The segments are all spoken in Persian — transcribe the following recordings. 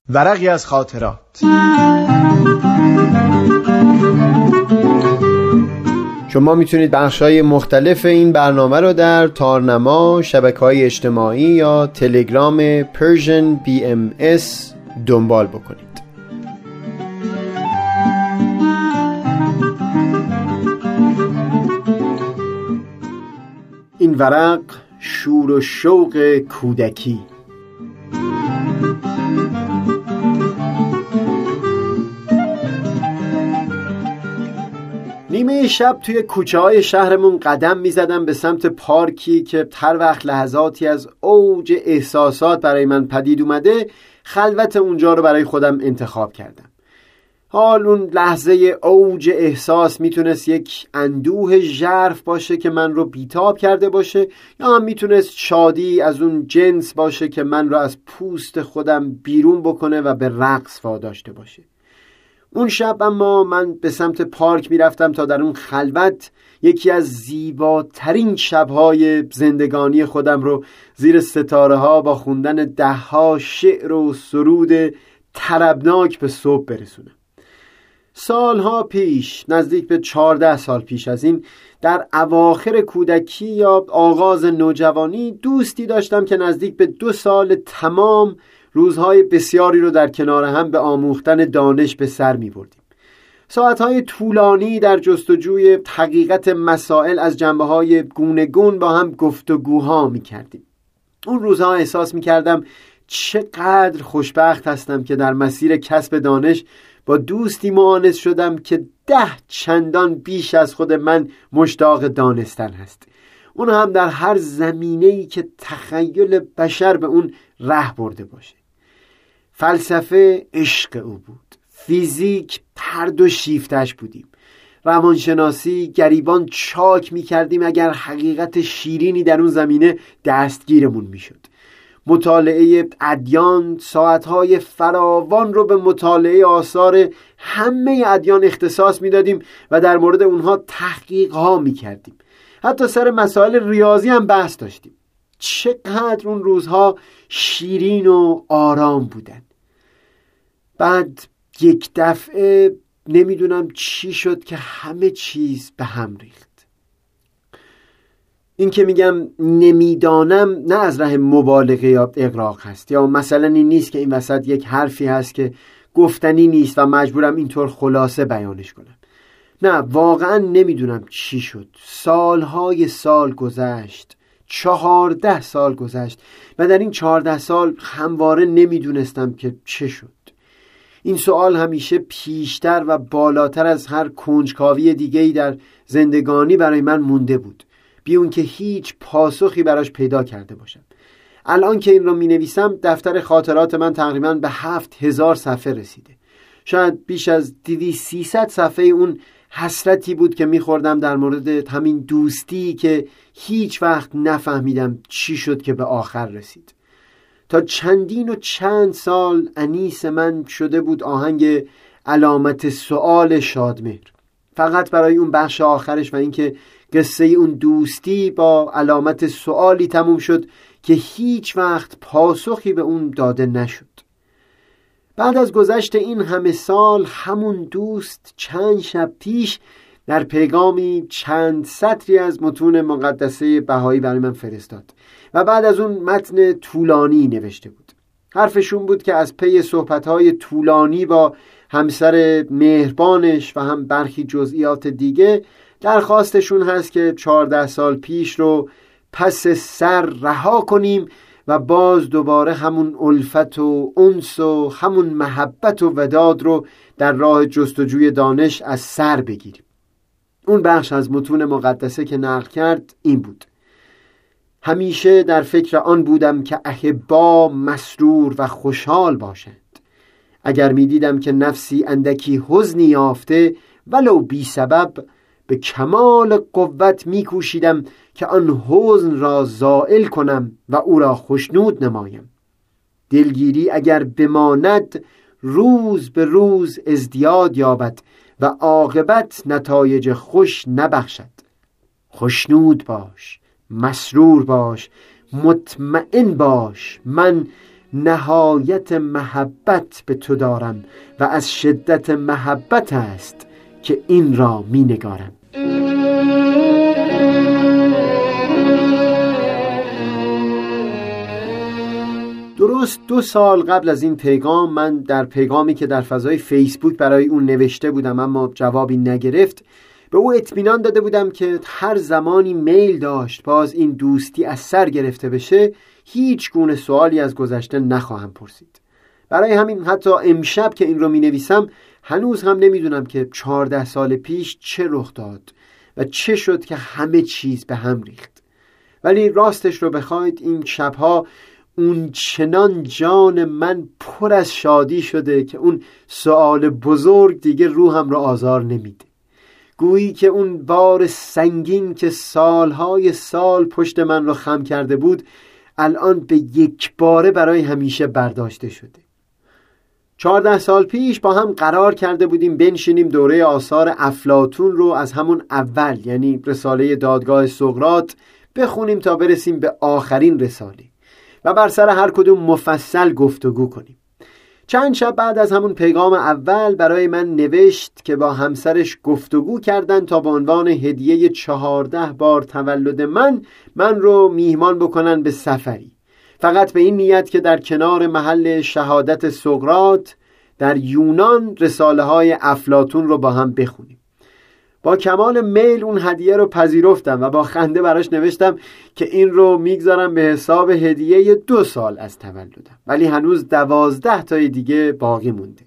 ورقی از خاطرات. شما میتونید بخش‌های مختلف این برنامه رو در تارنما، شبکه‌های اجتماعی یا تلگرام Persian BMS دنبال بکنید. این ورق شور و شوق کودکی. نیمه شب توی کوچه‌های شهرمون قدم می‌زدم به سمت پارکی که هر وقت لحظاتی از اوج احساسات برای من پدید اومده خلوت اونجا رو برای خودم انتخاب کردم. حال اون لحظه اوج احساس میتونست یک اندوه ژرف باشه که من رو بیتاب کرده باشه، یا هم میتونست شادی از اون جنس باشه که من رو از پوست خودم بیرون بکنه و به رقص واداشته باشه. اون شب اما من به سمت پارک میرفتم تا در اون خلوت یکی از زیباترین شبهای زندگانی خودم رو زیر ستاره ها با خوندن 10 شعر و سرود طربناک به صبح برسونم. سالها پیش، نزدیک به 14 سال پیش از این، در اواخر کودکی یا آغاز نوجوانی دوستی داشتم که نزدیک به 2 سال تمام روزهای بسیاری رو در کنار هم به آموختن دانش به سر می بردیم. ساعتهای طولانی در جستجوی حقیقت مسائل از جنبه‌های گوناگون با هم گفتگوها می کردیم. اون روزها احساس می کردم چقدر خوشبخت هستم که در مسیر کسب دانش با دوستی مؤانس شدم که 10 چندان بیش از خود من مشتاق دانستن هست. اون هم در هر زمینه‌ای که تخیل بشر به اون ره برده باشه. فلسفه عشق او بود، فیزیک هر دو شیفتش بودیم، روانشناسی گریبان چاک می کردیم اگر حقیقت شیرینی در اون زمینه دستگیرمون می شد. مطالعه ادیان ساعتهای فراوان رو به مطالعه آثار همه ادیان اختصاص می دادیم و در مورد اونها تحقیقها می کردیم. حتی سر مسائل ریاضی هم بحث داشتیم. چقدر اون روزها شیرین و آرام بودن. بعد یک دفعه نمیدونم چی شد که همه چیز به هم ریخت. این که میگم نمیدانم نه از ره مبالغه یا اغراق هست، یا مثلا این نیست که این وسط یک حرفی هست که گفتنی نیست و مجبورم اینطور خلاصه بیانش کنم. نه، واقعا نمیدونم چی شد. سالهای سال گذشت، 14 سال گذشت و در این 14 سال همواره نمیدونستم که چه شد. این سوال همیشه پیشتر و بالاتر از هر کنجکاوی دیگه‌ای در زندگانی برای من مونده بود، بی اون که هیچ پاسخی براش پیدا کرده باشم. الان که این رو می نویسم دفتر خاطرات من تقریباً به 7000 صفحه رسیده. شاید بیش از 200-300 صفحه اون حسرتی بود که می‌خوردم در مورد همین دوستی که هیچ وقت نفهمیدم چی شد که به آخر رسید. تا چندین و چند سال انیس من شده بود آهنگ علامت سؤال شادمهر، فقط برای اون بخش آخرش و اینکه قصه اون دوستی با علامت سؤالی تموم شد که هیچ وقت پاسخی به اون داده نشد. بعد از گذشت این همه سال همون دوست چند شب پیش در پیغامی چند سطری از متون مقدسه بهایی برای من فرستاد و بعد از اون متن طولانی نوشته بود. حرفشون بود که از پی صحبت‌های طولانی با همسر مهربانش و هم برخی جزئیات دیگه درخواستشون هست که 14 سال پیش رو پس سر رها کنیم و باز دوباره همون الفت و انس و همون محبت و وداد رو در راه جستجوی دانش از سر بگیریم. اون بخش از متون مقدسه که نقل کرد این بود: همیشه در فکر آن بودم که احبا مسرور و خوشحال باشند. اگر می دیدم که نفسی اندکی حزنی یافته ولو بی سبب، به کمال قوت می کوشیدم که آن حزن را زائل کنم و او را خوشنود نمایم. دلگیری اگر بماند روز به روز ازدیاد یابد و عاقبت نتایج خوش نبخشد. خوشنود باش، مسرور باش، مطمئن باش، من نهایت محبت به تو دارم و از شدت محبت است که این را می نگارم. درست 2 سال قبل از این پیغام من در پیغامی که در فضای فیسبوک برای اون نوشته بودم اما جوابی نگرفت، به او اطمینان داده بودم که هر زمانی میل داشت باز این دوستی از سر گرفته بشه هیچ گونه سوالی از گذشته نخواهم پرسید. برای همین حتی امشب که این رو می نویسم هنوز هم نمیدونم که 14 سال پیش چه رخ داد و چه شد که همه چیز به هم ریخت. ولی راستش رو بخواید این شبها اون چنان جان من پر از شادی شده که اون سوال بزرگ دیگه روحم رو آزار نمیده. گویی که اون بار سنگین که سالهای سال پشت من رو خم کرده بود الان به یک باره برای همیشه برداشته شده. 14 سال پیش با هم قرار کرده بودیم بنشینیم دوره آثار افلاطون رو از همون اول، یعنی رساله دادگاه سقراط، بخونیم تا برسیم به آخرین رساله و بر سر هر کدوم مفصل گفتگو کنیم. چند شب بعد از همون پیغام اول برای من نوشت که با همسرش گفتگو کردن تا به عنوان هدیه 14 بار تولد من رو میهمان بکنن به سفری، فقط به این نیت که در کنار محل شهادت سقراط در یونان رساله های افلاطون رو با هم بخونیم. با کمال میل اون هدیه رو پذیرفتم و با خنده براش نوشتم که این رو میگذارم به حساب هدیه 2 سال از تولدم، ولی هنوز 12 تای دیگه باقی مونده.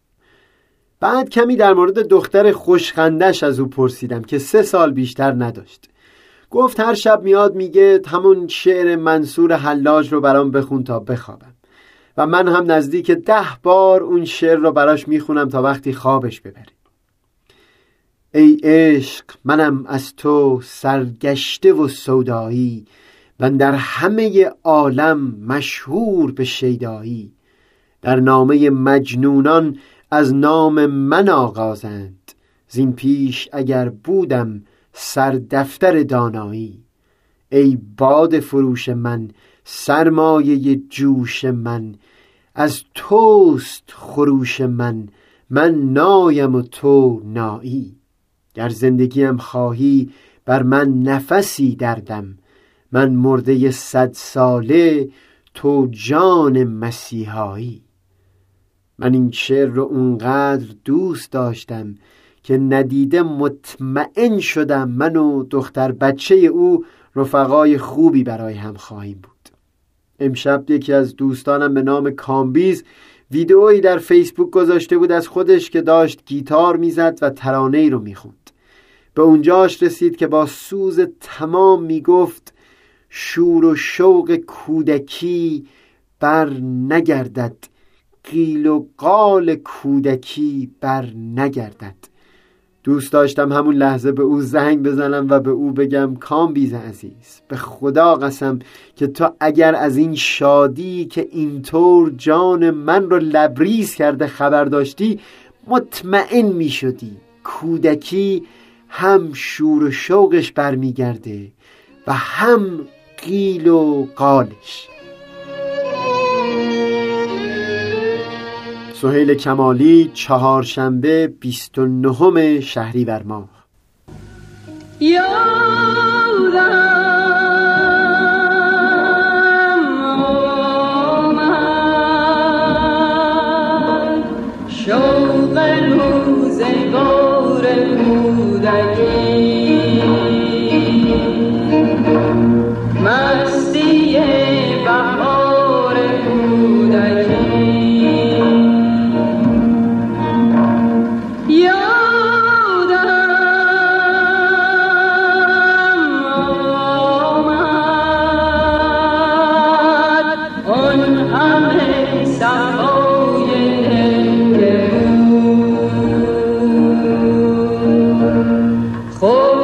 بعد کمی در مورد دختر خوشخندش از او پرسیدم که 3 سال بیشتر نداشت. گفت هر شب میاد میگه همون شعر منصور حلاج رو برام بخون تا بخوابم و من هم نزدیک 10 بار اون شعر رو براش میخونم تا وقتی خوابش ببره. ای عشق منم از تو سرگشته و سودایی و در همه عالم مشهور به شیدایی. در نامه مجنونان از نام من آغازند، زین پیش اگر بودم سردفتر دانایی. ای باد فروش من سرمایه جوش من، از توست خروش من نایم و تو نایی. گر زندگیم خواهی بر من نفسی دردم، من مرده 100 ساله تو جان مسیحایی. من این شعر رو اونقدر دوست داشتم که ندیده مطمئن شدم من و دختر بچه او رفقای خوبی برای هم خواهیم بود. امشب یکی از دوستانم به نام کامبیز ویدئویی در فیسبوک گذاشته بود از خودش که داشت گیتار میزد و ترانه‌ای رو میخوند. به اونجاش رسید که با سوز تمام میگفت شور و شوق کودکی بر نگردد، قیل و قال کودکی بر نگردد. دوست داشتم همون لحظه به او زنگ بزنم و به او بگم کامبیز عزیز، به خدا قسم که تو اگر از این شادی که اینطور جان من رو لبریز کرده خبر داشتی، مطمئن می شدی کودکی هم شور و شوقش برمیگرده و هم قیل و قالش. سهیل کمالی، چهارشنبه 29 شهریور ماه. شوق روزگار کودکی، مستی بهار کودکی، یادم آمد آن همه صفای خب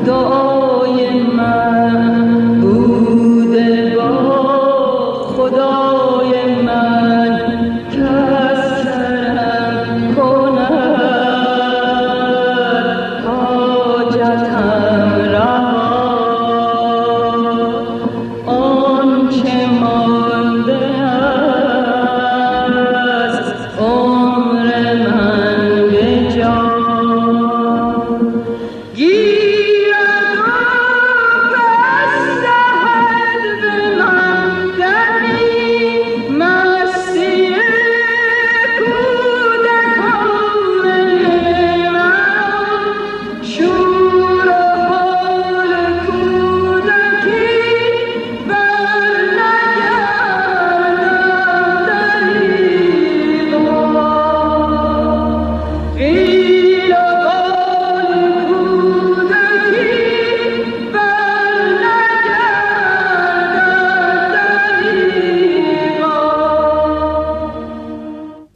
دعا